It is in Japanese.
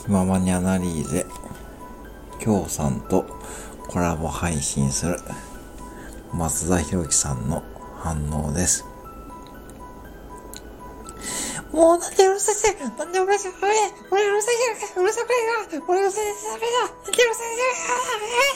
気ままにアナリーゼ、京さんとコラボ配信する松田博樹さんの反応です。もうなんでうるさいせなんでうるさい俺うるさいじゃなくてうるさくないな俺うるさいじゃダメだなんでうるさいじゃない